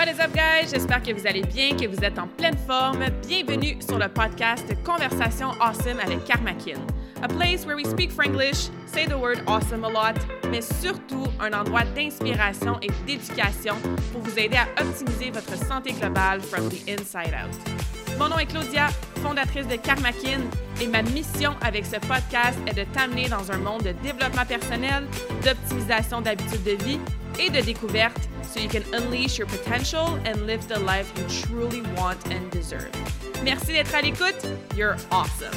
What is up, guys? J'espère que vous allez bien, que vous êtes en pleine forme. Bienvenue sur le podcast Conversation Awesome avec Karmakin. A place where we speak Franglish, say the word awesome a lot, mais surtout un endroit d'inspiration et d'éducation pour vous aider à optimiser votre santé globale from the inside out. Mon nom est Claudia, fondatrice de Karmakin, et ma mission avec ce podcast est de t'amener dans un monde de développement personnel, d'optimisation d'habitudes de vie et de découverte so you can unleash your potential and live the life you truly want and deserve. Merci d'être à l'écoute. You're awesome.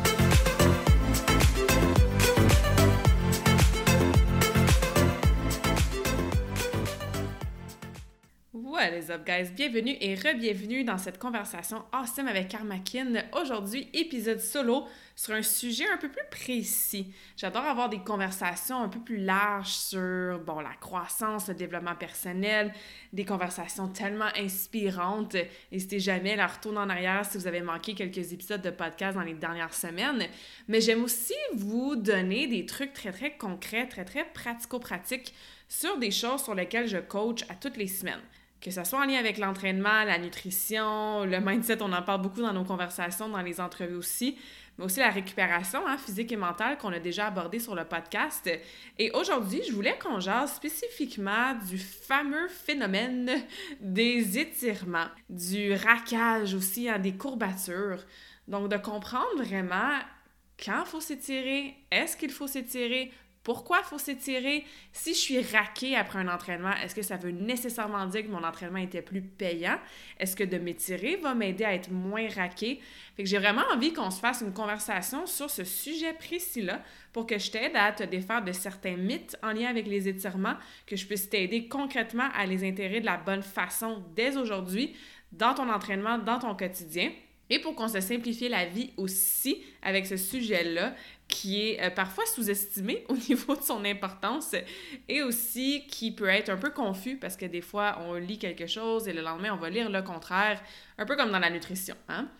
What is up, guys? Bienvenue et re-bienvenue dans cette conversation awesome avec Karmakin. Aujourd'hui, épisode solo sur un sujet un peu plus précis. J'adore avoir des conversations un peu plus larges sur, la croissance, le développement personnel, des conversations tellement inspirantes. N'hésitez jamais à retourner en arrière si vous avez manqué quelques épisodes de podcast dans les dernières semaines. Mais j'aime aussi vous donner des trucs très, très concrets, très, très pratico-pratiques sur des choses sur lesquelles je coach à toutes les semaines. Que ce soit en lien avec l'entraînement, la nutrition, le mindset, on en parle beaucoup dans nos conversations, dans les entrevues aussi, mais aussi la récupération physique et mentale qu'on a déjà abordé sur le podcast. Et aujourd'hui, je voulais qu'on jase spécifiquement du fameux phénomène des étirements, du raquage aussi, des courbatures. Donc, de comprendre vraiment quand il faut s'étirer, est-ce qu'il faut s'étirer, pourquoi il faut s'étirer? Si je suis raquée après un entraînement, est-ce que ça veut nécessairement dire que mon entraînement était plus payant? Est-ce que de m'étirer va m'aider à être moins raquée? Fait que j'ai vraiment envie qu'on se fasse une conversation sur ce sujet précis-là pour que je t'aide à te défaire de certains mythes en lien avec les étirements, que je puisse t'aider concrètement à les intégrer de la bonne façon dès aujourd'hui dans ton entraînement, dans ton quotidien. Et pour qu'on se simplifie la vie aussi avec ce sujet-là, qui est parfois sous-estimé au niveau de son importance et aussi qui peut être un peu confus parce que des fois, on lit quelque chose et le lendemain, on va lire le contraire, un peu comme dans la nutrition,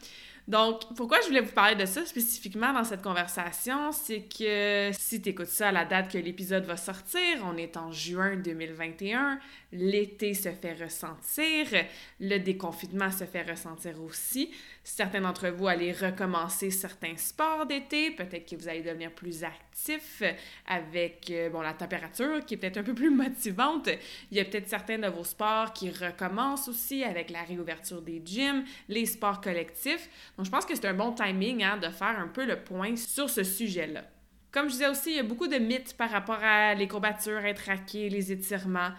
Donc, pourquoi je voulais vous parler de ça spécifiquement dans cette conversation, c'est que si tu écoutes ça à la date que l'épisode va sortir, on est en juin 2021, l'été se fait ressentir, le déconfinement se fait ressentir aussi. Certains d'entre vous allez recommencer certains sports d'été, peut-être que vous allez devenir plus actifs avec la température qui est peut-être un peu plus motivante. Il y a peut-être certains de vos sports qui recommencent aussi avec la réouverture des gyms, les sports collectifs. Donc, je pense que c'est un bon timing de faire un peu le point sur ce sujet-là. Comme je disais aussi, il y a beaucoup de mythes par rapport à les courbatures, être raqué, les étirements.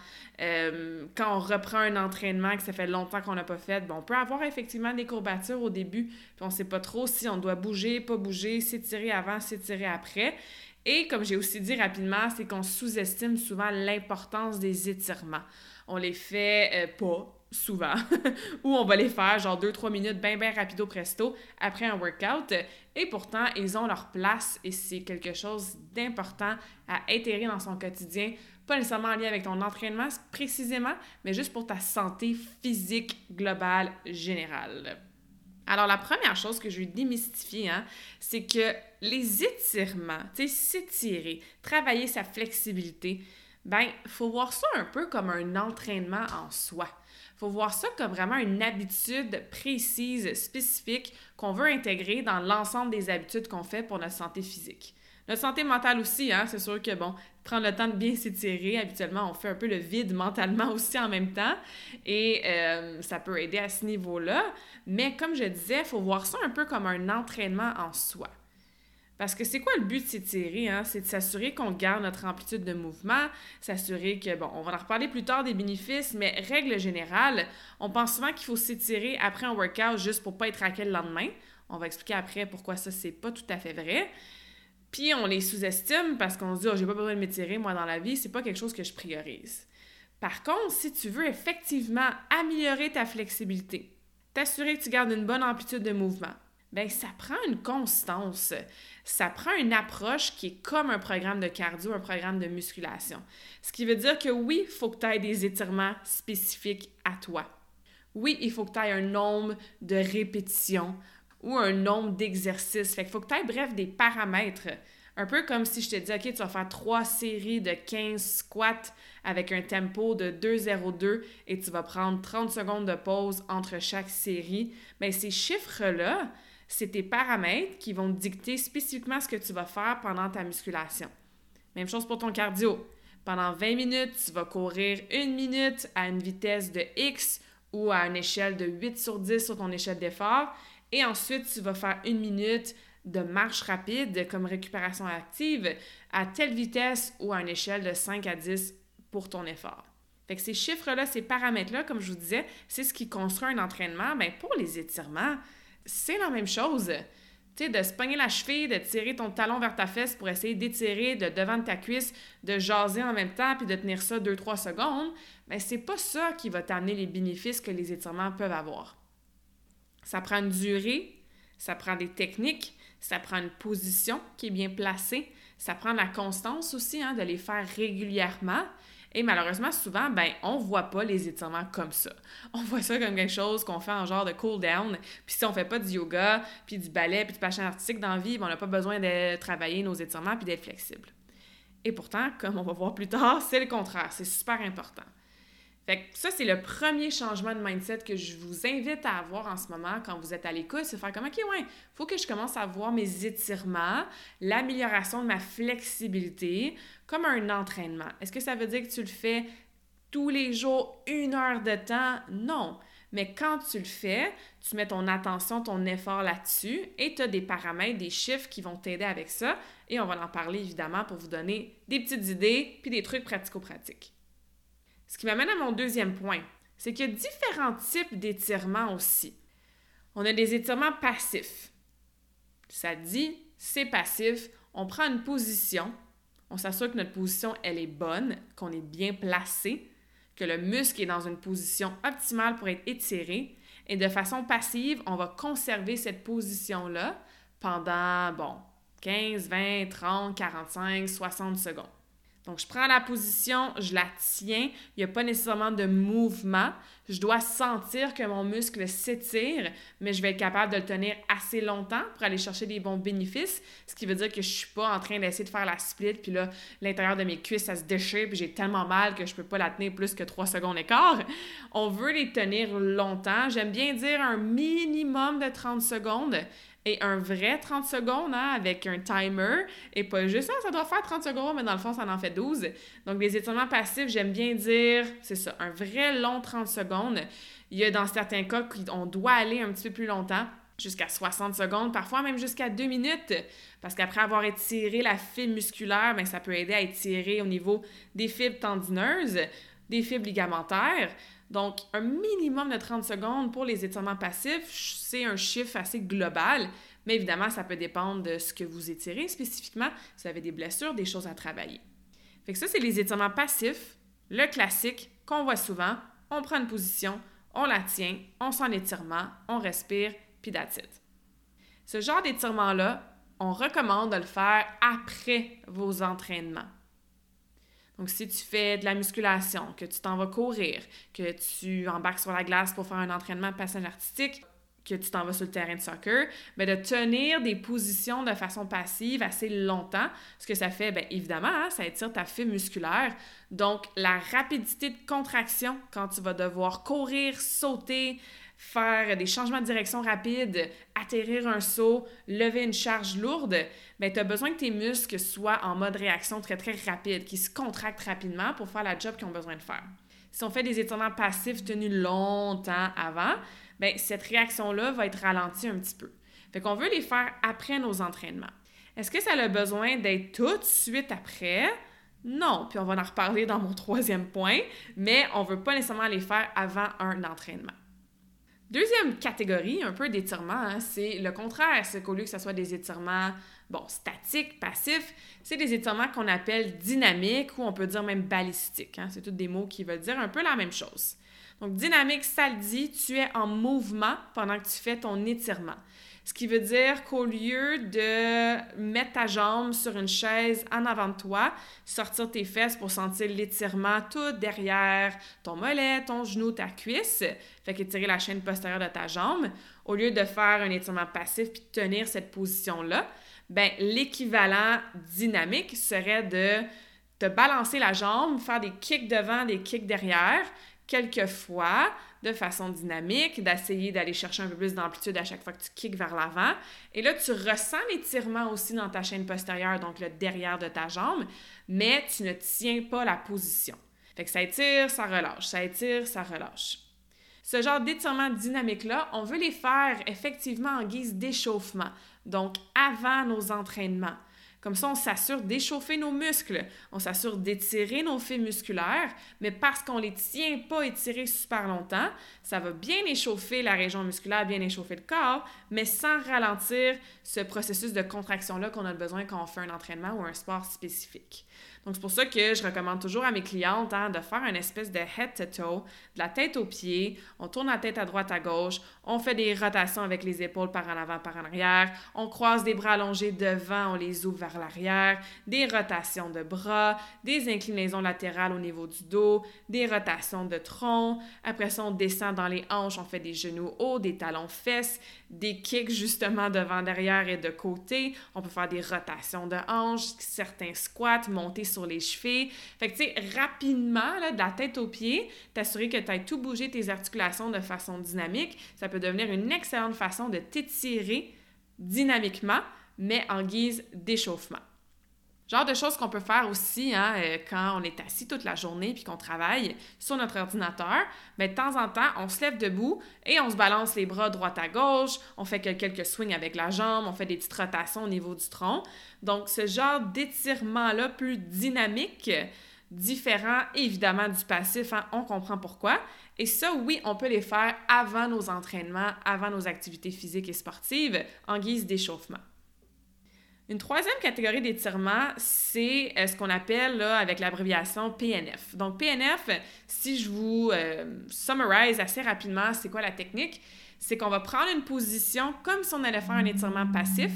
Quand on reprend un entraînement que ça fait longtemps qu'on n'a pas fait, on peut avoir effectivement des courbatures au début, puis on ne sait pas trop si on doit bouger, pas bouger, s'étirer avant, s'étirer après. Et comme j'ai aussi dit rapidement, c'est qu'on sous-estime souvent l'importance des étirements. On les fait pas souvent, ou on va les faire 2-3 minutes bien rapido presto après un workout, et pourtant ils ont leur place et c'est quelque chose d'important à intégrer dans son quotidien, pas nécessairement en lien avec ton entraînement précisément, mais juste pour ta santé physique globale générale. Alors, la première chose que je vais démystifier, c'est que les étirements, s'étirer, travailler sa flexibilité, faut voir ça un peu comme un entraînement en soi. Il faut voir ça comme vraiment une habitude précise, spécifique, qu'on veut intégrer dans l'ensemble des habitudes qu'on fait pour notre santé physique. Notre santé mentale aussi, c'est sûr que, prendre le temps de bien s'étirer, habituellement, on fait un peu le vide mentalement aussi en même temps, et ça peut aider à ce niveau-là. Mais comme je disais, il faut voir ça un peu comme un entraînement en soi. Parce que c'est quoi le but de s'étirer? C'est de s'assurer qu'on garde notre amplitude de mouvement, s'assurer que, on va en reparler plus tard des bénéfices, mais règle générale, on pense souvent qu'il faut s'étirer après un workout juste pour pas être raqué le lendemain. On va expliquer après pourquoi ça, c'est pas tout à fait vrai. Puis on les sous-estime parce qu'on se dit « j'ai pas besoin de m'étirer, moi, dans la vie, c'est pas quelque chose que je priorise. » Par contre, si tu veux effectivement améliorer ta flexibilité, t'assurer que tu gardes une bonne amplitude de mouvement, ça prend une constance. Ça prend une approche qui est comme un programme de cardio, un programme de musculation. Ce qui veut dire que oui, il faut que tu aies des étirements spécifiques à toi. Oui, il faut que tu aies un nombre de répétitions ou un nombre d'exercices. Fait qu'il faut que tu aies, bref, des paramètres Un peu comme si je te dis, OK, tu vas faire 3 séries de 15 squats avec un tempo de 2,02 et tu vas prendre 30 secondes de pause entre chaque série. Bien, ces chiffres-là, c'est tes paramètres qui vont dicter spécifiquement ce que tu vas faire pendant ta musculation. Même chose pour ton cardio. Pendant 20 minutes, tu vas courir 1 minute à une vitesse de X ou à une échelle de 8 sur 10 sur ton échelle d'effort. Et ensuite, tu vas faire 1 minute de marche rapide comme récupération active à telle vitesse ou à une échelle de 5 à 10 pour ton effort. Fait que ces chiffres-là, ces paramètres-là, comme je vous disais, c'est ce qui construit un entraînement. Bien, pour les étirements, c'est la même chose. Tu sais, de se pogner la cheville, de tirer ton talon vers ta fesse pour essayer d'étirer de devant de ta cuisse, de jaser en même temps puis de tenir ça 2-3 secondes, bien, c'est pas ça qui va t'amener les bénéfices que les étirements peuvent avoir. Ça prend une durée, ça prend des techniques, ça prend une position qui est bien placée, ça prend de la constance aussi, de les faire régulièrement. Et malheureusement, souvent, on voit pas les étirements comme ça. On voit ça comme quelque chose qu'on fait en genre de cool-down. Puis si on fait pas du yoga, puis du ballet, puis du patin artistique dans la vie, on n'a pas besoin de travailler nos étirements puis d'être flexible. Et pourtant, comme on va voir plus tard, c'est le contraire. C'est super important. Fait que ça, c'est le premier changement de mindset que je vous invite à avoir en ce moment quand vous êtes à l'écoute, c'est de faire comme, OK, ouais, faut que je commence à voir mes étirements, l'amélioration de ma flexibilité comme un entraînement. Est-ce que ça veut dire que tu le fais tous les jours, 1 heure de temps? Non. Mais quand tu le fais, tu mets ton attention, ton effort là-dessus et tu as des paramètres, des chiffres qui vont t'aider avec ça. Et on va en parler évidemment pour vous donner des petites idées puis des trucs pratico-pratiques. Ce qui m'amène à mon deuxième point, c'est qu'il y a différents types d'étirements aussi. On a des étirements passifs. Ça dit, c'est passif, on prend une position, on s'assure que notre position, elle est bonne, qu'on est bien placé, que le muscle est dans une position optimale pour être étiré, et de façon passive, on va conserver cette position-là pendant, 15, 20, 30, 45, 60 secondes. Donc, je prends la position, je la tiens, il n'y a pas nécessairement de mouvement. Je dois sentir que mon muscle s'étire, mais je vais être capable de le tenir assez longtemps pour aller chercher des bons bénéfices, ce qui veut dire que je ne suis pas en train d'essayer de faire la split, puis là, l'intérieur de mes cuisses, ça se déchire, puis j'ai tellement mal que je ne peux pas la tenir plus que 3 secondes et quart. On veut les tenir longtemps. J'aime bien dire un minimum de 30 secondes. Et un vrai 30 secondes avec un timer. Et pas juste ça doit faire 30 secondes, mais dans le fond, ça en fait 12. Donc, les étirements passifs, j'aime bien dire, c'est ça, un vrai long 30 secondes. Il y a dans certains cas qu'on doit aller un petit peu plus longtemps, jusqu'à 60 secondes, parfois même jusqu'à 2 minutes. Parce qu'après avoir étiré la fibre musculaire, ça peut aider à étirer au niveau des fibres tendineuses, des fibres ligamentaires. Donc, un minimum de 30 secondes pour les étirements passifs, c'est un chiffre assez global, mais évidemment, ça peut dépendre de ce que vous étirez spécifiquement, si vous avez des blessures, des choses à travailler. Fait que ça, c'est les étirements passifs, le classique qu'on voit souvent. On prend une position, on la tient, on sent l'étirement, on respire, puis that's it. Ce genre d'étirement-là, on recommande de le faire après vos entraînements. Donc, si tu fais de la musculation, que tu t'en vas courir, que tu embarques sur la glace pour faire un entraînement de patin artistique, que tu t'en vas sur le terrain de soccer, bien, de tenir des positions de façon passive assez longtemps. Ce que ça fait, bien évidemment, ça étire ta fibre musculaire. Donc, la rapidité de contraction quand tu vas devoir courir, sauter, faire des changements de direction rapides, atterrir un saut, lever une charge lourde, bien, tu as besoin que tes muscles soient en mode réaction très, très rapide, qui se contractent rapidement pour faire la job qu'ils ont besoin de faire. Si on fait des étirements passifs tenus longtemps avant, bien, cette réaction-là va être ralentie un petit peu. Fait qu'on veut les faire après nos entraînements. Est-ce que ça a besoin d'être tout de suite après? Non, puis on va en reparler dans mon troisième point, mais on ne veut pas nécessairement les faire avant un entraînement. Deuxième catégorie, un peu d'étirement, c'est le contraire. C'est qu'au lieu que ce soit des étirements, statiques, passifs, c'est des étirements qu'on appelle dynamiques ou on peut dire même balistiques. C'est tous des mots qui veulent dire un peu la même chose. Donc, dynamique, ça le dit, tu es en mouvement pendant que tu fais ton étirement. Ce qui veut dire qu'au lieu de mettre ta jambe sur une chaise en avant de toi, sortir tes fesses pour sentir l'étirement tout derrière ton mollet, ton genou, ta cuisse, fait qu'étirer la chaîne postérieure de ta jambe, au lieu de faire un étirement passif puis de tenir cette position-là, ben l'équivalent dynamique serait de te balancer la jambe, faire des kicks devant, des kicks derrière, quelques fois, de façon dynamique, d'essayer d'aller chercher un peu plus d'amplitude à chaque fois que tu kicks vers l'avant. Et là, tu ressens l'étirement aussi dans ta chaîne postérieure, donc le derrière de ta jambe, mais tu ne tiens pas la position. Fait que ça étire, ça relâche, ça étire, ça relâche. Ce genre d'étirement dynamique-là, on veut les faire effectivement en guise d'échauffement, donc avant nos entraînements. Comme ça, on s'assure d'échauffer nos muscles, on s'assure d'étirer nos fibres musculaires, mais parce qu'on ne les tient pas étirés super longtemps, ça va bien échauffer la région musculaire, bien échauffer le corps, mais sans ralentir ce processus de contraction-là qu'on a besoin quand on fait un entraînement ou un sport spécifique. Donc, c'est pour ça que je recommande toujours à mes clientes de faire une espèce de head to toe, de la tête aux pieds. On tourne la tête à droite, à gauche. On fait des rotations avec les épaules par en avant, par en arrière. On croise des bras allongés devant, on les ouvre vers l'arrière. Des rotations de bras, des inclinaisons latérales au niveau du dos, des rotations de tronc. Après ça, on descend dans les hanches, on fait des genoux hauts, des talons fesses, des kicks justement devant, derrière et de côté. On peut faire des rotations de hanches, certains squats, monter sur les chevilles. Fait que, tu sais, rapidement, là, de la tête aux pieds, t'assurer que tu as tout bougé tes articulations de façon dynamique. Ça peut devenir une excellente façon de t'étirer dynamiquement, mais en guise d'échauffement. Genre de choses qu'on peut faire aussi quand on est assis toute la journée puis qu'on travaille sur notre ordinateur, mais de temps en temps, on se lève debout et on se balance les bras droite à gauche, on fait quelques swings avec la jambe, on fait des petites rotations au niveau du tronc. Donc, ce genre d'étirement-là plus dynamique, différent évidemment du passif, on comprend pourquoi. Et ça, oui, on peut les faire avant nos entraînements, avant nos activités physiques et sportives, en guise d'échauffement. Une troisième catégorie d'étirement, c'est ce qu'on appelle là, avec l'abréviation PNF. Donc PNF, si je vous summarize assez rapidement, c'est quoi la technique? C'est qu'on va prendre une position comme si on allait faire un étirement passif.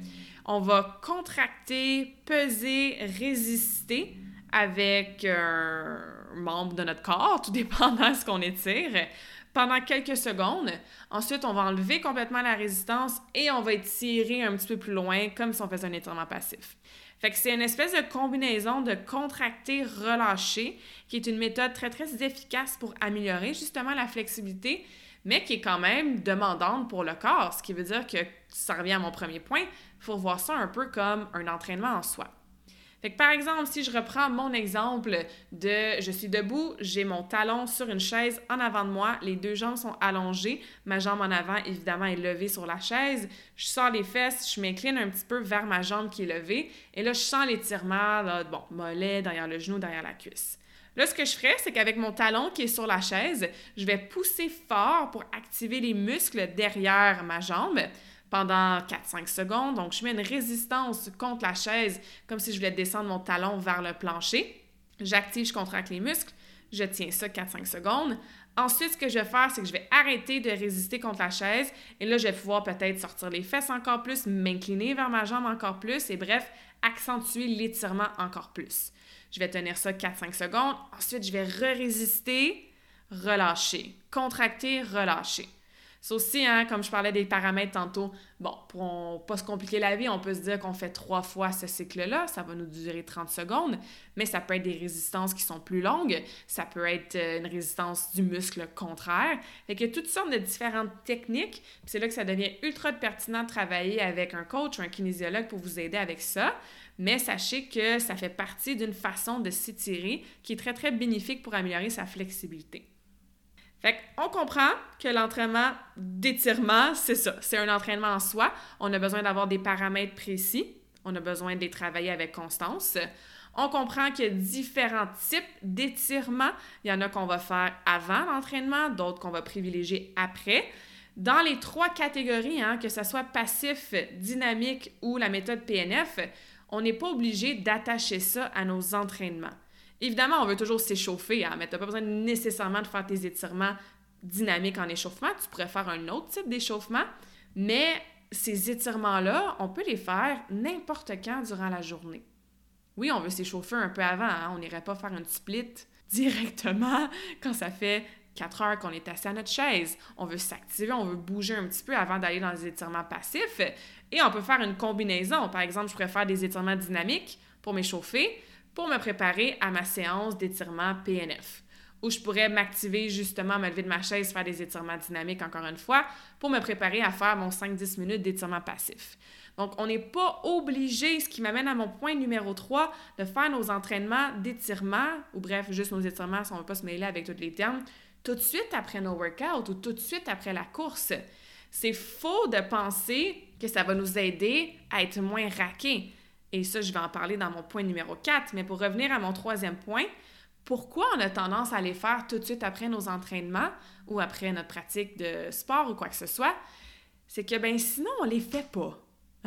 On va contracter, peser, résister avec un membre de notre corps, tout dépendant de ce qu'on étire, pendant quelques secondes. Ensuite, on va enlever complètement la résistance et on va étirer un petit peu plus loin, comme si on faisait un étirement passif. Fait que c'est une espèce de combinaison de contracter, relâcher, qui est une méthode très, très efficace pour améliorer justement la flexibilité, mais qui est quand même demandante pour le corps, ce qui veut dire que, ça revient à mon premier point, il faut voir ça un peu comme un entraînement en soi. Fait que par exemple, si je reprends mon exemple de je suis debout, j'ai mon talon sur une chaise en avant de moi, les deux jambes sont allongées, ma jambe en avant évidemment est levée sur la chaise, je sors les fesses, je m'incline un petit peu vers ma jambe qui est levée et là je sens l'étirement, mollet, derrière le genou, derrière la cuisse. Là, ce que je ferais, c'est qu'avec mon talon qui est sur la chaise, je vais pousser fort pour activer les muscles derrière ma jambe pendant 4-5 secondes. Donc, je mets une résistance contre la chaise comme si je voulais descendre mon talon vers le plancher. J'active, je contracte les muscles. Je tiens ça 4-5 secondes. Ensuite, ce que je vais faire, c'est que je vais arrêter de résister contre la chaise. Et là, je vais pouvoir peut-être sortir les fesses encore plus, m'incliner vers ma jambe encore plus et bref, accentuer l'étirement encore plus. Je vais tenir ça 4-5 secondes. Ensuite, je vais résister, relâcher. Contracter, relâcher. C'est aussi, comme je parlais des paramètres tantôt, pour ne pas se compliquer la vie, on peut se dire qu'on fait 3 fois ce cycle-là, ça va nous durer 30 secondes, mais ça peut être des résistances qui sont plus longues, ça peut être une résistance du muscle contraire. Fait qu'il y a toutes sortes de différentes techniques, puis c'est là que ça devient ultra pertinent de travailler avec un coach ou un kinésiologue pour vous aider avec ça, mais sachez que ça fait partie d'une façon de s'étirer qui est très, très bénéfique pour améliorer sa flexibilité. Fait qu'on comprend que l'entraînement d'étirement, c'est ça, c'est un entraînement en soi. On a besoin d'avoir des paramètres précis. On a besoin de les travailler avec constance. On comprend qu'il y a différents types d'étirements. Il y en a qu'on va faire avant l'entraînement, d'autres qu'on va privilégier après. Dans les 3 catégories, que ce soit passif, dynamique ou la méthode PNF, on n'est pas obligé d'attacher ça à nos entraînements. Évidemment, on veut toujours s'échauffer, mais tu n'as pas besoin nécessairement de faire tes étirements dynamiques en échauffement. Tu pourrais faire un autre type d'échauffement, mais ces étirements-là, on peut les faire n'importe quand durant la journée. Oui, on veut s'échauffer un peu avant, on n'irait pas faire une split directement quand ça fait 4 heures qu'on est assis à notre chaise. On veut s'activer, on veut bouger un petit peu avant d'aller dans les étirements passifs. Et on peut faire une combinaison. Par exemple, je pourrais faire des étirements dynamiques pour m'échauffer, pour me préparer à ma séance d'étirement PNF. Ou je pourrais m'activer justement, me lever de ma chaise, faire des étirements dynamiques encore une fois, pour me préparer à faire mon 5-10 minutes d'étirement passif. Donc, on n'est pas obligé, ce qui m'amène à mon point numéro 3, de faire nos entraînements d'étirement, ou bref, juste nos étirements, si on ne veut pas se mêler avec tous les termes, tout de suite après nos workouts ou tout de suite après la course. C'est faux de penser que ça va nous aider à être moins raqués. Et ça, je vais en parler dans mon point numéro 4. Mais pour revenir à mon 3e point, pourquoi on a tendance à les faire tout de suite après nos entraînements ou après notre pratique de sport ou quoi que ce soit? C'est que, sinon, on les fait pas.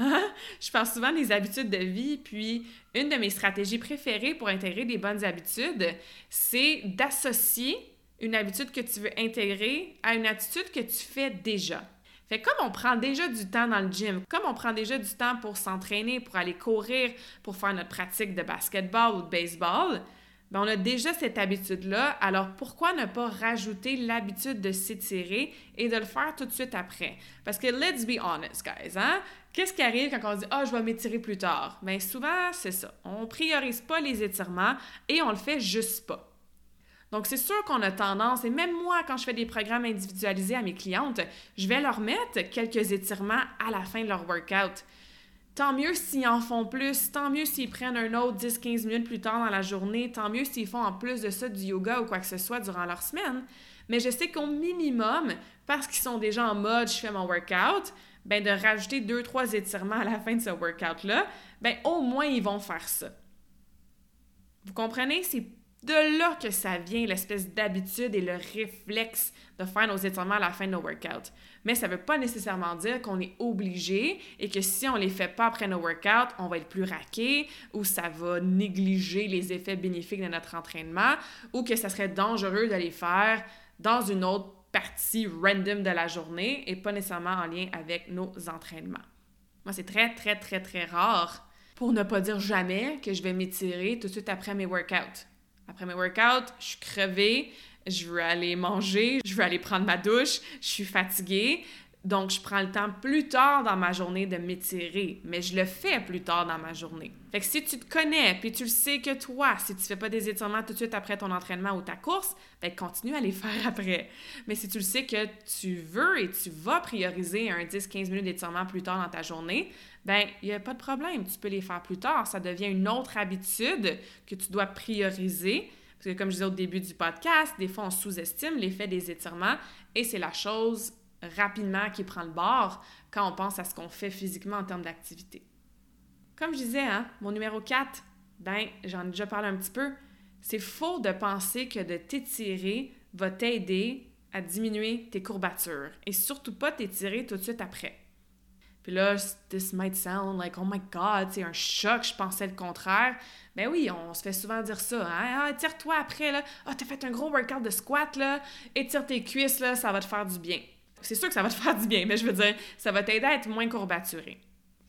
Je parle souvent des habitudes de vie, puis une de mes stratégies préférées pour intégrer des bonnes habitudes, c'est d'associer une habitude que tu veux intégrer à une attitude que tu fais déjà. Fait comme on prend déjà du temps dans le gym, comme on prend déjà du temps pour s'entraîner, pour aller courir, pour faire notre pratique de basketball ou de baseball, on a déjà cette habitude-là, alors pourquoi ne pas rajouter l'habitude de s'étirer et de le faire tout de suite après? Parce que let's be honest, guys, hein? Qu'est-ce qui arrive quand on dit « Ah, je vais m'étirer plus tard » ? Souvent, c'est ça. On priorise pas les étirements et on le fait juste pas. Donc, c'est sûr qu'on a tendance, et même moi, quand je fais des programmes individualisés à mes clientes, je vais leur mettre quelques étirements à la fin de leur workout. Tant mieux s'ils en font plus, tant mieux s'ils prennent un autre 10-15 minutes plus tard dans la journée, tant mieux s'ils font en plus de ça du yoga ou quoi que ce soit durant leur semaine. Mais je sais qu'au minimum, parce qu'ils sont déjà en mode « je fais mon workout », de rajouter 2-3 étirements à la fin de ce workout-là, au moins ils vont faire ça. Vous comprenez? C'est de là que ça vient, l'espèce d'habitude et le réflexe de faire nos étirements à la fin de nos workouts. Mais ça ne veut pas nécessairement dire qu'on est obligé et que si on ne les fait pas après nos workouts, on va être plus raqué ou ça va négliger les effets bénéfiques de notre entraînement ou que ça serait dangereux de les faire dans une autre partie random de la journée et pas nécessairement en lien avec nos entraînements. Moi, c'est très, très, très, très rare, pour ne pas dire jamais, que je vais m'étirer tout de suite après mes workouts. Après mes workouts, je suis crevée, je veux aller manger, je veux aller prendre ma douche, je suis fatiguée. Donc, je prends le temps plus tard dans ma journée de m'étirer, mais je le fais plus tard dans ma journée. Fait que si tu te connais, puis tu le sais que toi, si tu fais pas des étirements tout de suite après ton entraînement ou ta course, continue à les faire après. Mais si tu le sais que tu veux et tu vas prioriser un 10-15 minutes d'étirement plus tard dans ta journée, il n'y a pas de problème, tu peux les faire plus tard. Ça devient une autre habitude que tu dois prioriser. Parce que comme je disais au début du podcast, des fois on sous-estime l'effet des étirements et c'est la chose rapidement qui prend le bord quand on pense à ce qu'on fait physiquement en termes d'activité. Comme je disais, mon numéro 4, j'en ai déjà parlé un petit peu, c'est faux de penser que de t'étirer va t'aider à diminuer tes courbatures et surtout pas t'étirer tout de suite après. Puis là, this might sound like, oh my God, c'est un choc, je pensais le contraire. Oui, on se fait souvent dire ça, hein? Ah, étire-toi après, là. Ah, t'as fait un gros workout de squat, là. Étire tes cuisses, là, ça va te faire du bien. C'est sûr que ça va te faire du bien, mais je veux dire, ça va t'aider à être moins courbaturé.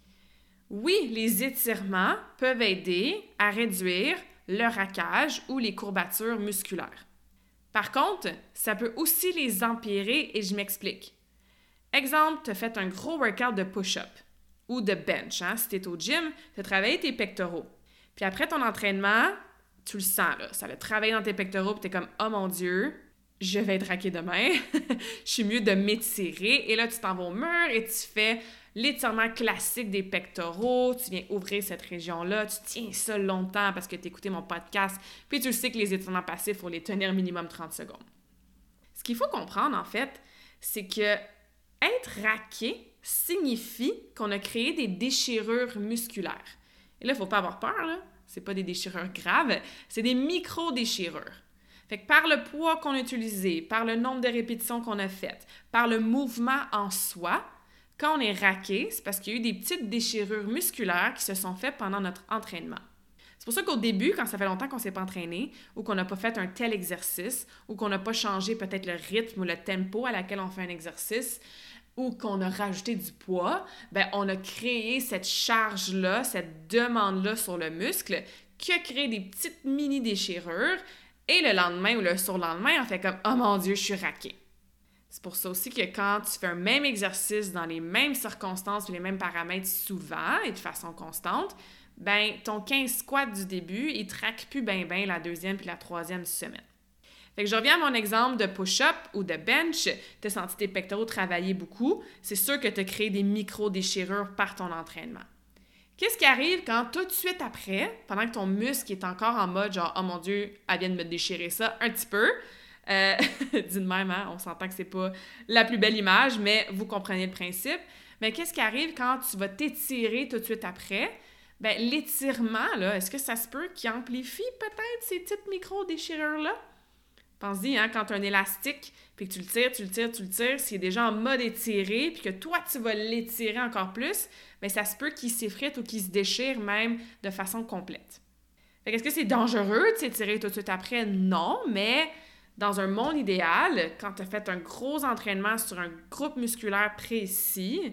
Oui, les étirements peuvent aider à réduire le raquage ou les courbatures musculaires. Par contre, ça peut aussi les empirer et je m'explique. Exemple, tu as fait un gros workout de push-up ou de bench. Si tu es au gym, tu as travaillé tes pectoraux. Puis après ton entraînement, tu le sens, là, ça a travaillé dans tes pectoraux, puis tu es comme « Oh mon Dieu, je vais être raqué demain, je suis mieux de m'étirer. » Et là, tu t'en vas au mur et tu fais l'étirement classique des pectoraux, tu viens ouvrir cette région-là, tu tiens ça longtemps parce que tu as écouté mon podcast, puis tu sais que les étirements passifs, il faut les tenir minimum 30 secondes. Ce qu'il faut comprendre, en fait, c'est que être raqué signifie qu'on a créé des déchirures musculaires. Et là, il ne faut pas avoir peur, là. C'est pas des déchirures graves, c'est des micro-déchirures. Fait que par le poids qu'on a utilisé, par le nombre de répétitions qu'on a faites, par le mouvement en soi, quand on est raqué, c'est parce qu'il y a eu des petites déchirures musculaires qui se sont faites pendant notre entraînement. C'est pour ça qu'au début, quand ça fait longtemps qu'on ne s'est pas entraîné ou qu'on n'a pas fait un tel exercice ou qu'on n'a pas changé peut-être le rythme ou le tempo à laquelle on fait un exercice ou qu'on a rajouté du poids, on a créé cette charge-là, cette demande-là sur le muscle qui a créé des petites mini-déchirures Et le lendemain ou le surlendemain, on fait comme « Oh mon Dieu, je suis raqué ». C'est pour ça aussi que quand tu fais un même exercice dans les mêmes circonstances et les mêmes paramètres souvent et de façon constante, ben ton 15 squats du début, il te raque plus bien la deuxième puis la troisième semaine. Fait que je reviens à mon exemple de push-up ou de bench. Tu as senti tes pectoraux travailler beaucoup. C'est sûr que tu as créé des micro-déchirures par ton entraînement. Qu'est-ce qui arrive quand tout de suite après, pendant que ton muscle est encore en mode genre « Oh mon Dieu, elle vient de me déchirer ça un petit peu », dit de même, hein? On s'entend que c'est pas la plus belle image, mais vous comprenez le principe. Mais qu'est-ce qui arrive quand tu vas t'étirer tout de suite après? Bien, l'étirement, là, est-ce que ça se peut qu'il amplifie peut-être ces petites micro-déchirures-là? Pense-y, hein, quand tu as un élastique, puis que tu le tires, s'il est déjà en mode étiré, puis que toi, tu vas l'étirer encore plus, bien, ça se peut qu'il s'effrite ou qu'il se déchire même de façon complète. Fait qu'est-ce que c'est dangereux de s'étirer tout de suite après? Non, mais dans un monde idéal, quand tu as fait un gros entraînement sur un groupe musculaire précis,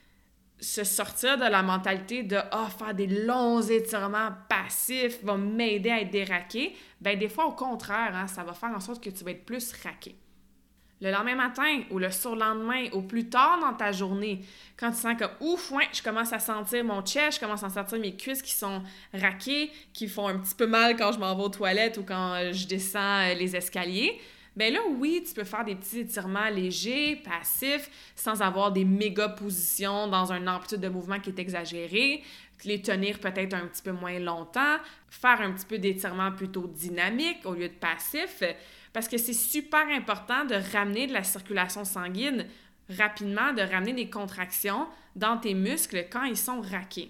se sortir de la mentalité de « Ah, faire des longs étirements passifs va m'aider à être déraqué », bien des fois, au contraire, hein, ça va faire en sorte que tu vas être plus raqué. Le lendemain matin ou le surlendemain ou plus tard dans ta journée, quand tu sens que « Ouf, ouais, je commence à sentir mon chest, je commence à sentir mes cuisses qui sont raquées, qui font un petit peu mal quand je m'en vais aux toilettes ou quand je descends les escaliers », bien là, oui, tu peux faire des petits étirements légers, passifs, sans avoir des méga positions dans une amplitude de mouvement qui est exagérée, les tenir peut-être un petit peu moins longtemps, faire un petit peu d'étirement plutôt dynamique au lieu de passif, parce que c'est super important de ramener de la circulation sanguine rapidement, de ramener des contractions dans tes muscles quand ils sont raqués.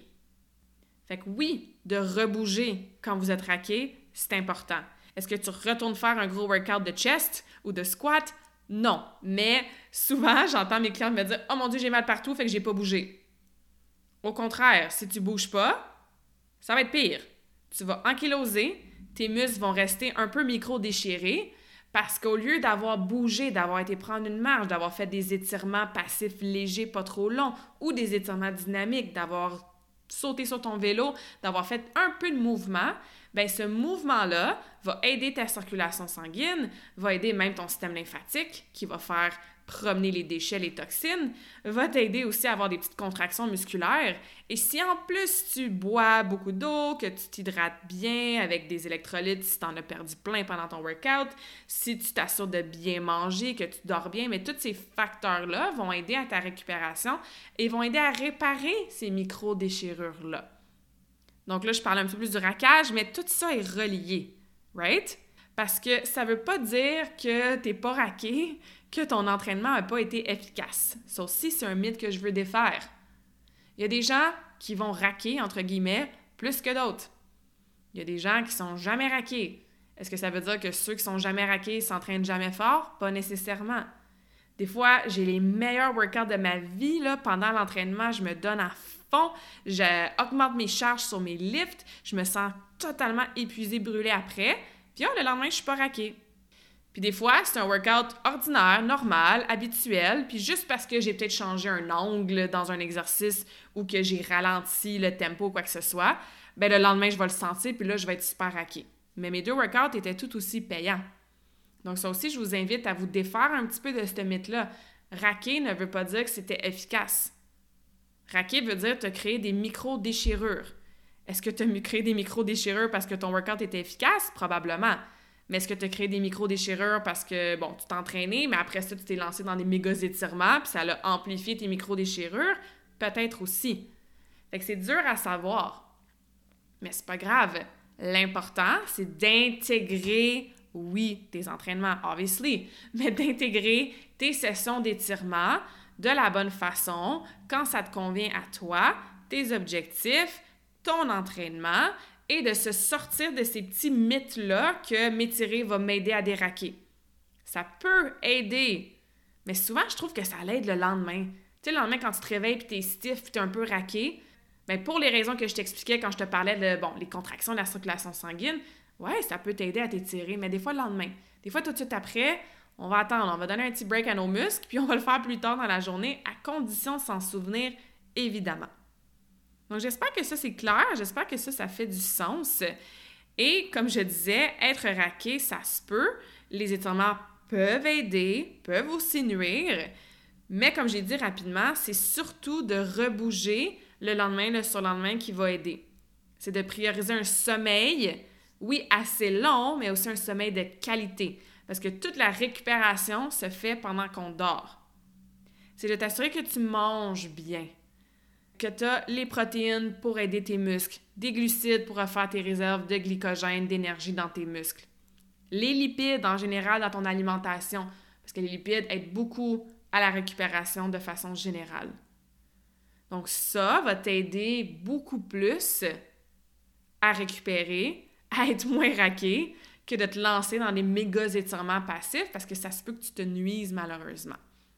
Fait que oui, de rebouger quand vous êtes raqué, c'est important. Est-ce que tu retournes faire un gros workout de chest ou de squat? Non. Mais souvent, j'entends mes clients me dire « Oh mon Dieu, j'ai mal partout, fait que j'ai pas bougé. » Au contraire, si tu bouges pas, ça va être pire. Tu vas ankyloser, tes muscles vont rester un peu micro-déchirés parce qu'au lieu d'avoir bougé, d'avoir été prendre une marche, d'avoir fait des étirements passifs légers, pas trop longs, ou des étirements dynamiques, d'avoir sauté sur ton vélo, d'avoir fait un peu de mouvement, bien, ce mouvement-là va aider ta circulation sanguine, va aider même ton système lymphatique qui va faire promener les déchets, les toxines, va t'aider aussi à avoir des petites contractions musculaires. Et si en plus tu bois beaucoup d'eau, que tu t'hydrates bien avec des électrolytes si tu en as perdu plein pendant ton workout, si tu t'assures de bien manger, que tu dors bien, mais tous ces facteurs-là vont aider à ta récupération et vont aider à réparer ces micro-déchirures-là. Donc là, je parle un petit peu plus du raquage, mais tout ça est relié, right? Parce que ça veut pas dire que t'es pas raqué, que ton entraînement n'a pas été efficace. Ça aussi, c'est un mythe que je veux défaire. Il y a des gens qui vont raquer, entre guillemets, plus que d'autres. Il y a des gens qui sont jamais raqués. Est-ce que ça veut dire que ceux qui sont jamais raqués s'entraînent jamais fort? Pas nécessairement. Des fois, j'ai les meilleurs workouts de ma vie, là, pendant l'entraînement, je me donne à fond, j'augmente mes charges sur mes lifts, je me sens totalement épuisée, brûlée après, puis le lendemain, je suis pas raquée. Puis des fois, c'est un workout ordinaire, normal, habituel, puis juste parce que j'ai peut-être changé un angle dans un exercice ou que j'ai ralenti le tempo ou quoi que ce soit, bien le lendemain, je vais le sentir, puis là, je vais être super raquée. Mais mes 2 workouts étaient tout aussi payants. Donc ça aussi, je vous invite à vous défaire un petit peu de ce mythe-là. Raquer ne veut pas dire que c'était efficace. Raquer veut dire te créer des micro-déchirures. Est-ce que tu as créé des micro-déchirures parce que ton workout était efficace? Probablement. Mais est-ce que tu as créé des micro-déchirures parce que, bon, tu t'es entraîné, mais après ça, tu t'es lancé dans des méga étirements, puis ça a amplifié tes micro-déchirures? Peut-être aussi. Fait que c'est dur à savoir. Mais c'est pas grave. L'important, c'est d'intégrer, oui, tes entraînements, obviously, mais d'intégrer tes sessions d'étirement de la bonne façon, quand ça te convient à toi, tes objectifs, ton entraînement, et de se sortir de ces petits mythes-là que m'étirer va m'aider à déraquer. Ça peut aider, mais souvent, je trouve que ça l'aide le lendemain. Tu sais, le lendemain, quand tu te réveilles et tu es stiff et tu es un peu raqué, bien, pour les raisons que je t'expliquais quand je te parlais de, les contractions de la circulation sanguine, ouais, ça peut t'aider à t'étirer, mais des fois, le lendemain. Des fois, tout de suite après, on va attendre, on va donner un petit break à nos muscles, puis on va le faire plus tard dans la journée, à condition de s'en souvenir, évidemment. Donc, j'espère que ça, c'est clair. J'espère que ça fait du sens. Et comme je disais, être raqué, ça se peut. Les étirements peuvent aider, peuvent aussi nuire. Mais comme j'ai dit rapidement, c'est surtout de rebouger le lendemain, le surlendemain qui va aider. C'est de prioriser un sommeil, oui, assez long, mais aussi un sommeil de qualité. Parce que toute la récupération se fait pendant qu'on dort. C'est de t'assurer que tu manges bien, que tu as les protéines pour aider tes muscles, des glucides pour refaire tes réserves de glycogène, d'énergie dans tes muscles. Les lipides en général dans ton alimentation, parce que les lipides aident beaucoup à la récupération de façon générale. Donc ça va t'aider beaucoup plus à récupérer, à être moins raqué, que de te lancer dans des méga étirements passifs parce que ça se peut que tu te nuises malheureusement.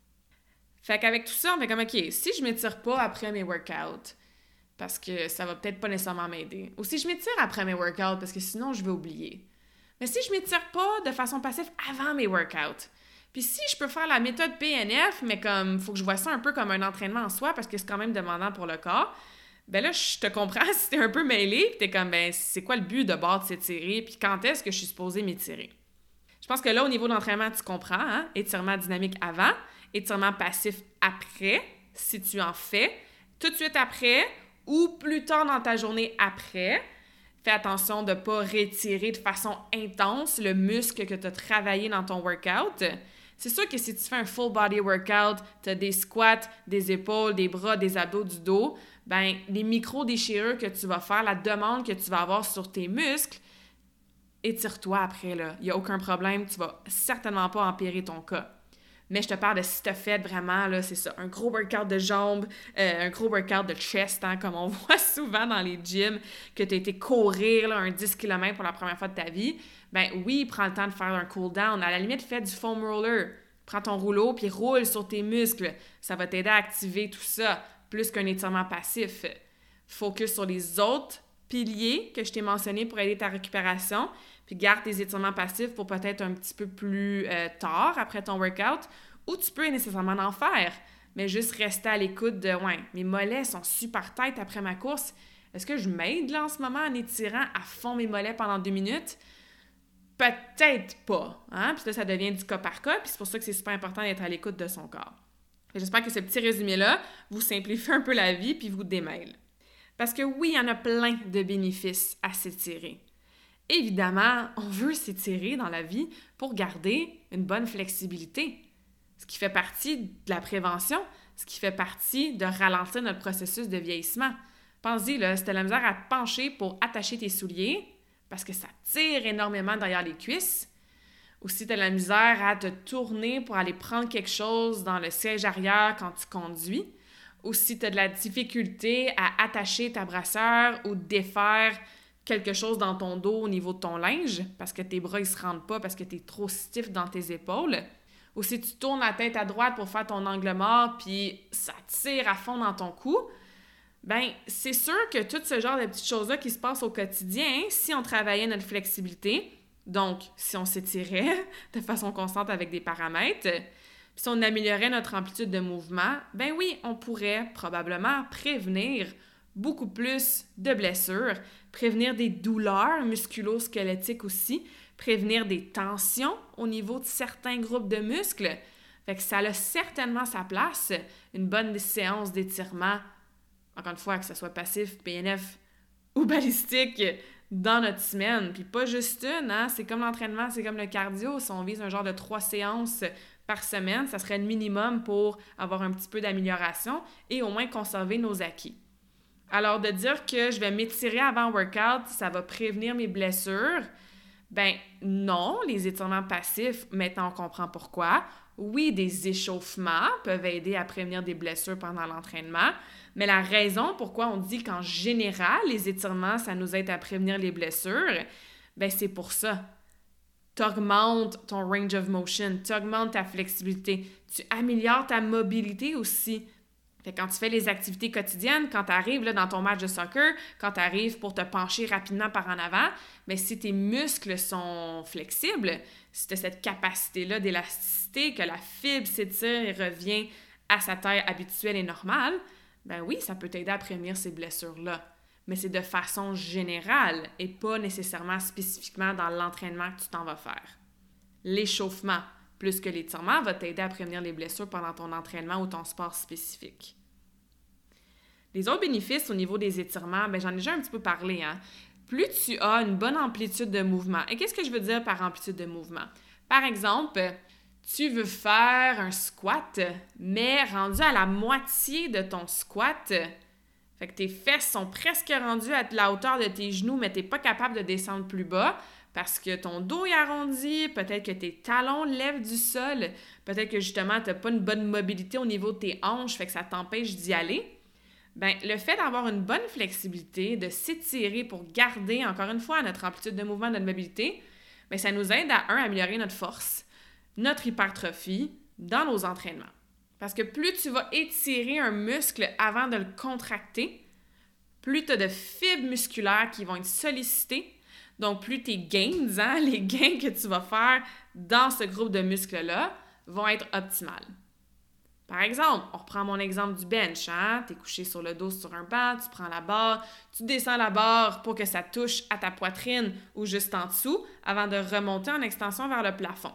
Fait qu'avec tout ça, on fait comme, OK, si je m'étire pas après mes workouts, parce que ça va peut-être pas nécessairement m'aider, ou si je m'étire après mes workouts parce que sinon je vais oublier. Mais si je m'étire pas de façon passive avant mes workouts, puis si je peux faire la méthode PNF, mais comme faut que je vois ça un peu comme un entraînement en soi parce que c'est quand même demandant pour le corps, ben là, je te comprends si t'es un peu mêlé, puis t'es comme, ben c'est quoi le but de bord de s'étirer, puis quand est-ce que je suis supposée m'étirer? Je pense que là, au niveau de l'entraînement, tu comprends, hein? Étirement dynamique avant, étirement passif après, si tu en fais, tout de suite après ou plus tard dans ta journée après. Fais attention de ne pas retirer de façon intense le muscle que tu as travaillé dans ton workout. C'est sûr que si tu fais un full body workout, tu as des squats, des épaules, des bras, des abdos, du dos, ben les micro-déchirures que tu vas faire, la demande que tu vas avoir sur tes muscles, étire-toi après, là. Il n'y a aucun problème, tu vas certainement pas empirer ton cas. Mais je te parle de si tu as fait vraiment, là, c'est ça, un gros workout de jambes, un gros workout de chest, hein, comme on voit souvent dans les gyms, que tu as été courir là, un 10 km pour la première fois de ta vie, ben oui, prends le temps de faire un cool down. À la limite, fais du foam roller. Prends ton rouleau puis roule sur tes muscles. Ça va t'aider à activer tout ça, plus qu'un étirement passif. Focus sur les autres piliers que je t'ai mentionnés pour aider ta récupération, puis garde tes étirements passifs pour peut-être un petit peu plus tard après ton workout, ou tu peux nécessairement en faire, mais juste rester à l'écoute de « ouais, mes mollets sont super tight après ma course, est-ce que je m'aide là en ce moment en étirant à fond mes mollets pendant 2 minutes? » Peut-être pas, hein? Puis là, ça devient du cas par cas, puis c'est pour ça que c'est super important d'être à l'écoute de son corps. Et j'espère que ce petit résumé-là vous simplifie un peu la vie puis vous démêle. Parce que oui, il y en a plein de bénéfices à s'étirer. Évidemment, on veut s'étirer dans la vie pour garder une bonne flexibilité, ce qui fait partie de la prévention, ce qui fait partie de ralentir notre processus de vieillissement. Pense-y, là, si tu as la misère à te pencher pour attacher tes souliers, parce que ça tire énormément derrière les cuisses, ou si tu as la misère à te tourner pour aller prendre quelque chose dans le siège arrière quand tu conduis, ou si tu as de la difficulté à attacher ta brassière ou défaire quelque chose dans ton dos au niveau de ton linge parce que tes bras ne se rendent pas parce que tu es trop stiff dans tes épaules, ou si tu tournes la tête à droite pour faire ton angle mort puis ça tire à fond dans ton cou, ben c'est sûr que tout ce genre de petites choses-là qui se passent au quotidien, si on travaillait notre flexibilité, donc si on s'étirait de façon constante avec des paramètres, si on améliorait notre amplitude de mouvement, ben oui, on pourrait probablement prévenir beaucoup plus de blessures, prévenir des douleurs musculo-squelettiques aussi, prévenir des tensions au niveau de certains groupes de muscles. Fait que ça a certainement sa place, une bonne séance d'étirement, encore une fois, que ce soit passif, PNF ou balistique, dans notre semaine. Puis pas juste une, hein? C'est comme l'entraînement, c'est comme le cardio. Si on vise un genre de 3 séances par semaine, ça serait le minimum pour avoir un petit peu d'amélioration et au moins conserver nos acquis. Alors, de dire que je vais m'étirer avant workout, ça va prévenir mes blessures, ben non, les étirements passifs, maintenant on comprend pourquoi. Oui, des échauffements peuvent aider à prévenir des blessures pendant l'entraînement, mais la raison pourquoi on dit qu'en général, les étirements, ça nous aide à prévenir les blessures, ben c'est pour ça. Tu augmentes ton range of motion, tu augmentes ta flexibilité, tu améliores ta mobilité aussi. Fait que quand tu fais les activités quotidiennes, quand tu arrives là, dans ton match de soccer, quand tu arrives pour te pencher rapidement par en avant, bien, si tes muscles sont flexibles, si tu as cette capacité-là d'élasticité, que la fibre s'étire et revient à sa taille habituelle et normale, ben oui, ça peut t'aider à prévenir ces blessures-là. mais c'est de façon générale et pas nécessairement spécifiquement dans l'entraînement que tu t'en vas faire. L'échauffement, plus que l'étirement, va t'aider à prévenir les blessures pendant ton entraînement ou ton sport spécifique. Les autres bénéfices au niveau des étirements, j'en ai déjà un petit peu parlé, hein. Plus tu as une bonne amplitude de mouvement. Et qu'est-ce que je veux dire par amplitude de mouvement? Par exemple, tu veux faire un squat, mais rendu à la moitié de ton squat, fait que tes fesses sont presque rendues à la hauteur de tes genoux, mais tu n'es pas capable de descendre plus bas parce que ton dos est arrondi, peut-être que tes talons lèvent du sol, peut-être que justement, tu n'as pas une bonne mobilité au niveau de tes hanches, fait que ça t'empêche d'y aller. Le fait d'avoir une bonne flexibilité, de s'étirer pour garder, encore une fois, notre amplitude de mouvement, notre mobilité, ça nous aide à améliorer notre force, notre hypertrophie dans nos entraînements. Parce que plus tu vas étirer un muscle avant de le contracter, plus tu as de fibres musculaires qui vont être sollicitées, donc plus tes gains, les gains que tu vas faire dans ce groupe de muscles-là, vont être optimales. Par exemple, on reprend mon exemple du bench, tu es couché sur le dos sur un banc, tu prends la barre, tu descends la barre pour que ça touche à ta poitrine ou juste en dessous avant de remonter en extension vers le plafond.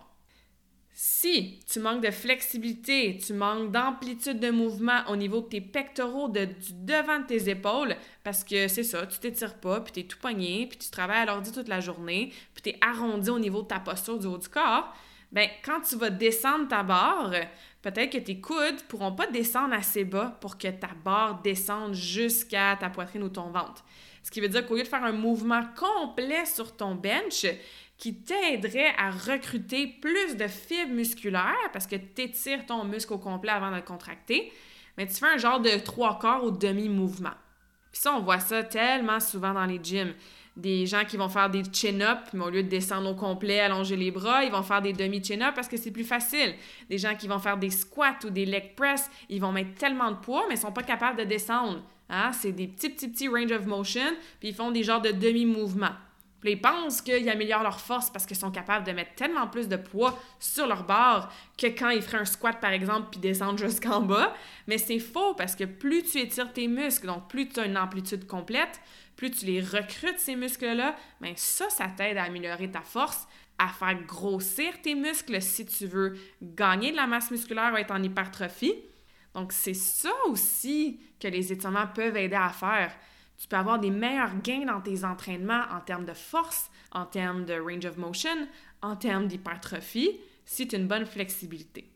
Si tu manques de flexibilité, tu manques d'amplitude de mouvement au niveau de tes pectoraux, du devant de tes épaules, parce que c'est ça, tu t'étires pas, puis tu es tout pogné, puis tu travailles à l'ordi toute la journée, puis tu es arrondi au niveau de ta posture du haut du corps, quand tu vas descendre ta barre, peut-être que tes coudes ne pourront pas descendre assez bas pour que ta barre descende jusqu'à ta poitrine ou ton ventre. Ce qui veut dire qu'au lieu de faire un mouvement complet sur ton bench qui t'aiderait à recruter plus de fibres musculaires parce que tu étires ton muscle au complet avant de le contracter, tu fais un genre de 3/4 ou demi-mouvement. Puis ça, on voit ça tellement souvent dans les gyms. Des gens qui vont faire des chin-ups, mais au lieu de descendre au complet, allonger les bras, ils vont faire des demi-chin-ups parce que c'est plus facile. Des gens qui vont faire des squats ou des leg press, ils vont mettre tellement de poids, mais ils ne sont pas capables de descendre. C'est des petits range of motion, puis ils font des genres de demi-mouvements. Puis ils pensent qu'ils améliorent leur force parce qu'ils sont capables de mettre tellement plus de poids sur leur barre que quand ils feraient un squat, par exemple, puis descendre jusqu'en bas. Mais c'est faux parce que plus tu étires tes muscles, donc plus tu as une amplitude complète, plus tu les recrutes, ces muscles-là, ça t'aide à améliorer ta force, à faire grossir tes muscles si tu veux gagner de la masse musculaire ou être en hypertrophie. Donc, c'est ça aussi que les étirements peuvent aider à faire. Tu peux avoir des meilleurs gains dans tes entraînements en termes de force, en termes de range of motion, en termes d'hypertrophie, si tu as une bonne flexibilité.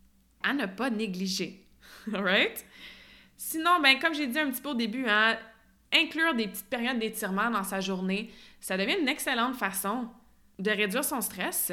À ne pas négliger. All right? Sinon, comme j'ai dit un petit peu au début, inclure des petites périodes d'étirement dans sa journée, ça devient une excellente façon de réduire son stress,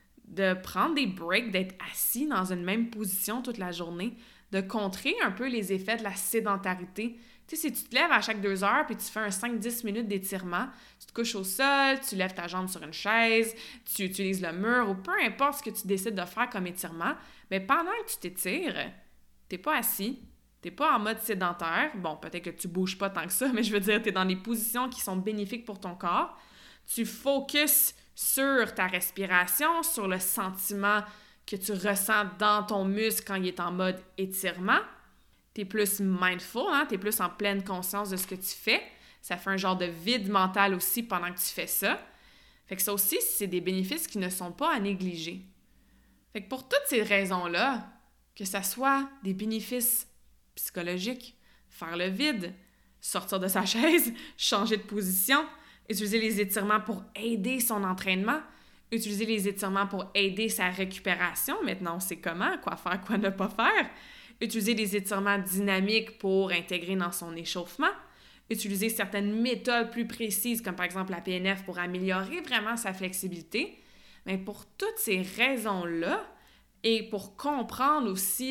de prendre des breaks, d'être assis dans une même position toute la journée, de contrer un peu les effets de la sédentarité. Tu sais, si tu te lèves à chaque 2 heures puis tu fais un 5-10 minutes d'étirement, tu te couches au sol, tu lèves ta jambe sur une chaise, tu utilises le mur ou peu importe ce que tu décides de faire comme étirement, mais pendant que tu t'étires, t'es pas assis, t'es pas en mode sédentaire. Bon, peut-être que tu bouges pas tant que ça, mais je veux dire, t'es dans des positions qui sont bénéfiques pour ton corps. Tu focuses sur ta respiration, sur le sentiment que tu ressens dans ton muscle quand il est en mode étirement. Tu es plus mindful, tu es plus en pleine conscience de ce que tu fais. Ça fait un genre de vide mental aussi pendant que tu fais ça. Fait que ça aussi, c'est des bénéfices qui ne sont pas à négliger. Fait que pour toutes ces raisons-là, que ça soit des bénéfices psychologiques, faire le vide, sortir de sa chaise, changer de position, utiliser les étirements pour aider son entraînement, utiliser les étirements pour aider sa récupération. Maintenant, on sait comment, quoi faire, quoi ne pas faire. Utiliser des étirements dynamiques pour intégrer dans son échauffement. Utiliser certaines méthodes plus précises, comme par exemple la PNF, pour améliorer vraiment sa flexibilité. Mais pour toutes ces raisons-là, et pour comprendre aussi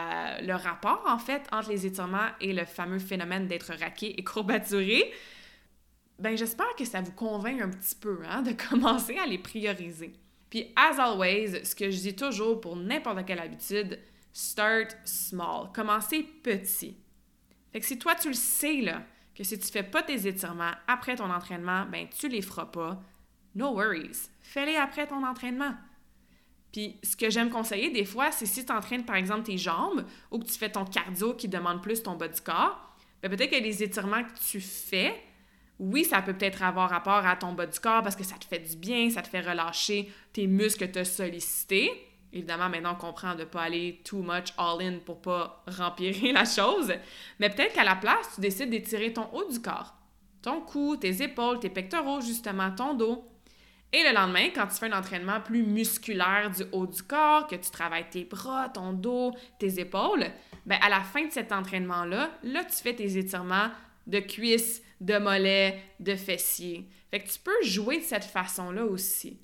le rapport, en fait, entre les étirements et le fameux phénomène d'être raqué et courbaturé, j'espère que ça vous convainc un petit peu de commencer à les prioriser. Puis, as always, ce que je dis toujours pour n'importe quelle habitude, start small. Commencez petit. Fait que si toi, tu le sais, là, que si tu fais pas tes étirements après ton entraînement, tu les feras pas. No worries. Fais-les après ton entraînement. Puis, ce que j'aime conseiller des fois, c'est si tu entraînes, par exemple, tes jambes ou que tu fais ton cardio qui demande plus ton bas du corps, peut-être que les étirements que tu fais Oui, ça peut peut-être avoir rapport à ton bas du corps parce que ça te fait du bien, ça te fait relâcher tes muscles que tu as sollicités. Évidemment, maintenant, on comprend de ne pas aller too much all-in pour pas rempirer la chose. Mais peut-être qu'à la place, tu décides d'étirer ton haut du corps. Ton cou, tes épaules, tes pectoraux, justement, ton dos. Et le lendemain, quand tu fais un entraînement plus musculaire du haut du corps, que tu travailles tes bras, ton dos, tes épaules, bien, à la fin de cet entraînement-là, là, tu fais tes étirements de cuisses, de mollets, de fessiers. Fait que tu peux jouer de cette façon-là aussi.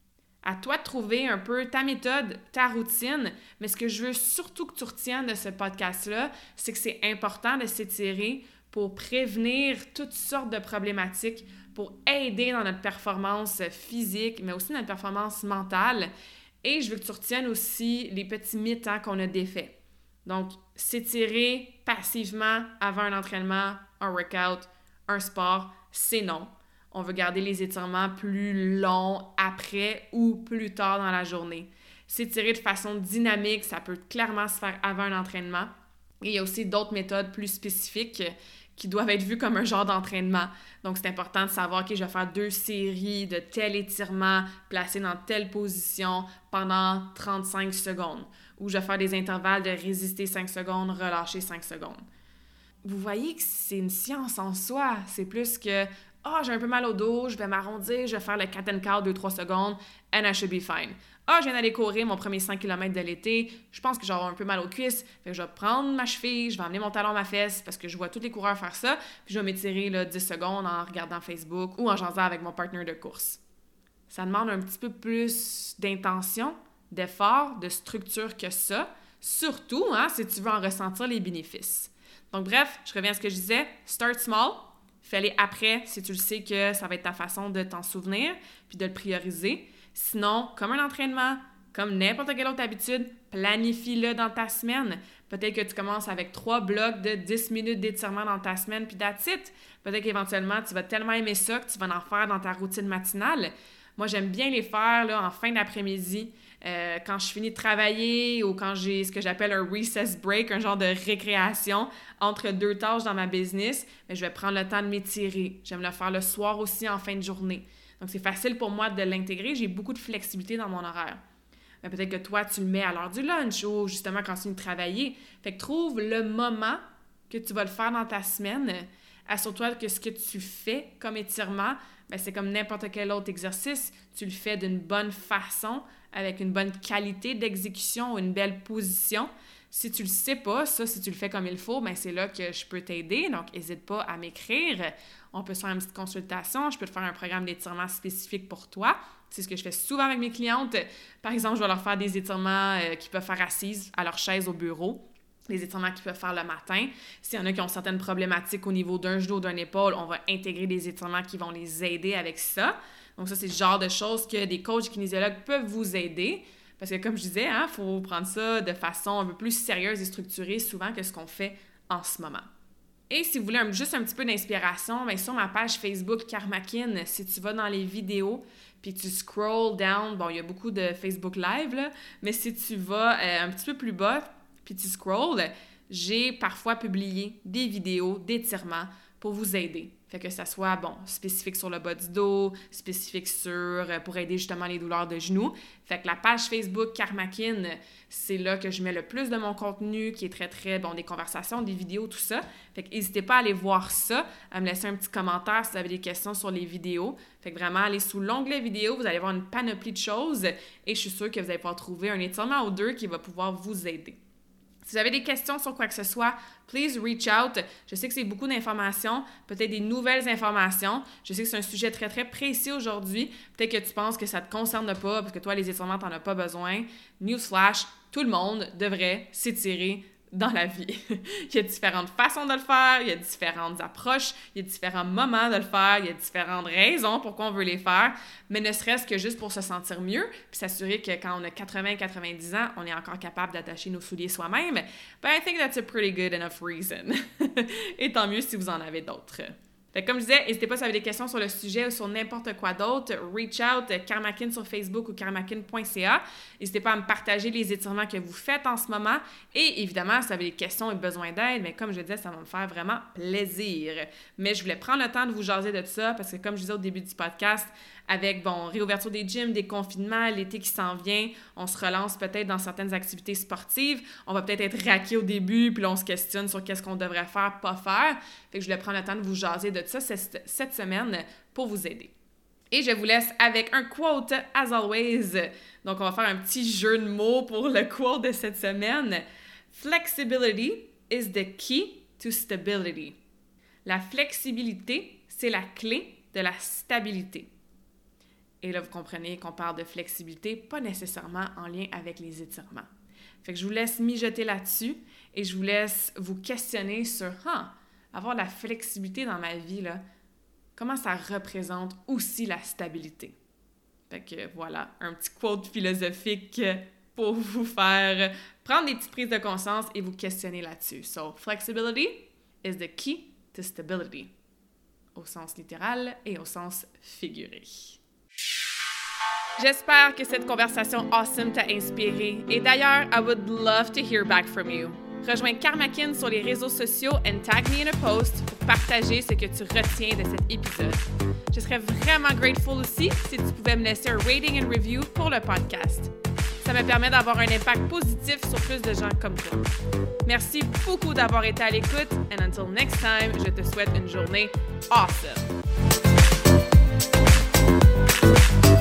À toi de trouver un peu ta méthode, ta routine, mais ce que je veux surtout que tu retiennes de ce podcast-là, c'est que c'est important de s'étirer pour prévenir toutes sortes de problématiques, pour aider dans notre performance physique, mais aussi notre performance mentale. Et je veux que tu retiennes aussi les petits mythes qu'on a défaits. Donc, s'étirer passivement avant un entraînement, un workout, un sport, c'est non. On veut garder les étirements plus longs après ou plus tard dans la journée. S'étirer de façon dynamique, ça peut clairement se faire avant un entraînement. Et il y a aussi d'autres méthodes plus spécifiques qui doivent être vues comme un genre d'entraînement. Donc, c'est important de savoir, OK, je vais faire 2 séries de tel étirement placé dans telle position pendant 35 secondes. Ou je vais faire des intervalles de résister 5 secondes, relâcher 5 secondes. Vous voyez que c'est une science en soi. C'est plus que j'ai un peu mal au dos, je vais m'arrondir, je vais faire le cat and cow 2-3 secondes, and I should be fine. Je viens d'aller courir mon premier 5 km de l'été, je pense que j'ai un peu mal aux cuisses, fait que je vais prendre ma cheville, je vais amener mon talon à ma fesse parce que je vois tous les coureurs faire ça, puis je vais m'étirer 10 secondes en regardant Facebook ou en jasant avec mon partenaire de course. Ça demande un petit peu plus d'intention, d'effort, de structure que ça, surtout si tu veux en ressentir les bénéfices. Donc bref, je reviens à ce que je disais, start small. Fais-les après si tu le sais que ça va être ta façon de t'en souvenir puis de le prioriser. Sinon, comme un entraînement, comme n'importe quelle autre habitude, planifie-le dans ta semaine. Peut-être que tu commences avec 3 blocs de 10 minutes d'étirement dans ta semaine puis that's it. Peut-être qu'éventuellement, tu vas tellement aimer ça que tu vas en faire dans ta routine matinale. Moi, j'aime bien les faire en fin d'après-midi. Quand je finis de travailler ou quand j'ai ce que j'appelle un recess break, un genre de récréation entre 2 tâches dans ma business, je vais prendre le temps de m'étirer. J'aime le faire le soir aussi en fin de journée. Donc, c'est facile pour moi de l'intégrer. J'ai beaucoup de flexibilité dans mon horaire. Mais peut-être que toi, tu le mets à l'heure du lunch ou justement quand tu finis de travailler. Fait que trouve le moment que tu vas le faire dans ta semaine. Assure-toi que ce que tu fais comme étirement, c'est comme n'importe quel autre exercice. Tu le fais d'une bonne façon, avec une bonne qualité d'exécution ou une belle position. Si tu le sais pas, si tu le fais comme il faut, c'est là que je peux t'aider. Donc, n'hésite pas à m'écrire. On peut se faire une petite consultation. Je peux te faire un programme d'étirement spécifique pour toi. C'est ce que je fais souvent avec mes clientes. Par exemple, je vais leur faire des étirements qu'ils peuvent faire assises à leur chaise au bureau. Les étirements qu'ils peuvent faire le matin. S'il y en a qui ont certaines problématiques au niveau d'un genou ou d'une épaule, on va intégrer des étirements qui vont les aider avec ça. Donc ça, c'est le genre de choses que des coachs kinésiologues peuvent vous aider. Parce que comme je disais, faut prendre ça de façon un peu plus sérieuse et structurée souvent que ce qu'on fait en ce moment. Et si vous voulez juste un petit peu d'inspiration, sur ma page Facebook Karmakin, si tu vas dans les vidéos puis tu scroll down, il y a beaucoup de Facebook Live, là, mais si tu vas un petit peu plus bas puis tu scrolls, j'ai parfois publié des vidéos d'étirements pour vous aider. Fait que ça soit, spécifique sur le bas du dos, spécifique pour aider justement les douleurs de genoux. Fait que la page Facebook Karmakin, c'est là que je mets le plus de mon contenu, qui est très, très, des conversations, des vidéos, tout ça. Fait que n'hésitez pas à aller voir ça, à me laisser un petit commentaire si vous avez des questions sur les vidéos. Fait que vraiment, allez sous l'onglet vidéo, vous allez voir une panoplie de choses et je suis sûre que vous allez pouvoir trouver un étirement ou 2 qui va pouvoir vous aider. Si vous avez des questions sur quoi que ce soit, please reach out. Je sais que c'est beaucoup d'informations, peut-être des nouvelles informations. Je sais que c'est un sujet très, très précis aujourd'hui. Peut-être que tu penses que ça ne te concerne pas parce que toi, les étirements, tu n'en as pas besoin. Newsflash, tout le monde devrait s'étirer dans la vie. Il y a différentes façons de le faire, il y a différentes approches, il y a différents moments de le faire, il y a différentes raisons pourquoi on veut les faire, mais ne serait-ce que juste pour se sentir mieux, puis s'assurer que quand on a 80-90 ans, on est encore capable d'attacher nos souliers soi-même. But I think that's a pretty good enough reason. Et tant mieux si vous en avez d'autres. Fait que comme je disais, n'hésitez pas si vous avez des questions sur le sujet ou sur n'importe quoi d'autre. Reach out, Karmakin sur Facebook ou karmakin.ca. N'hésitez pas à me partager les étirements que vous faites en ce moment. Et évidemment, si vous avez des questions et besoin d'aide, mais comme je disais, ça va me faire vraiment plaisir. Mais je voulais prendre le temps de vous jaser de ça parce que comme je disais au début du podcast, avec, réouverture des gyms, des confinements, l'été qui s'en vient, on se relance peut-être dans certaines activités sportives. On va peut-être être raqué au début, puis là, on se questionne sur qu'est-ce qu'on devrait faire, pas faire. Fait que je voulais prendre le temps de vous jaser de ça cette semaine pour vous aider. Et je vous laisse avec un quote, as always. Donc, on va faire un petit jeu de mots pour le quote de cette semaine. Flexibility is the key to stability. La flexibilité, c'est la clé de la stabilité. Et là, vous comprenez qu'on parle de flexibilité, pas nécessairement en lien avec les étirements. Fait que je vous laisse mijoter là-dessus et je vous laisse vous questionner sur avoir la flexibilité dans ma vie, là, comment ça représente aussi la stabilité. Fait que voilà, un petit quote philosophique pour vous faire prendre des petites prises de conscience et vous questionner là-dessus. So, flexibility is the key to stability. Au sens littéral et au sens figuré. J'espère que cette conversation awesome t'a inspiré. Et d'ailleurs, I would love to hear back from you. Rejoins Karmakin sur les réseaux sociaux and tag me in a post pour partager ce que tu retiens de cet épisode. Je serais vraiment grateful aussi si tu pouvais me laisser un rating and review pour le podcast. Ça me permet d'avoir un impact positif sur plus de gens comme toi. Merci beaucoup d'avoir été à l'écoute and until next time, je te souhaite une journée awesome.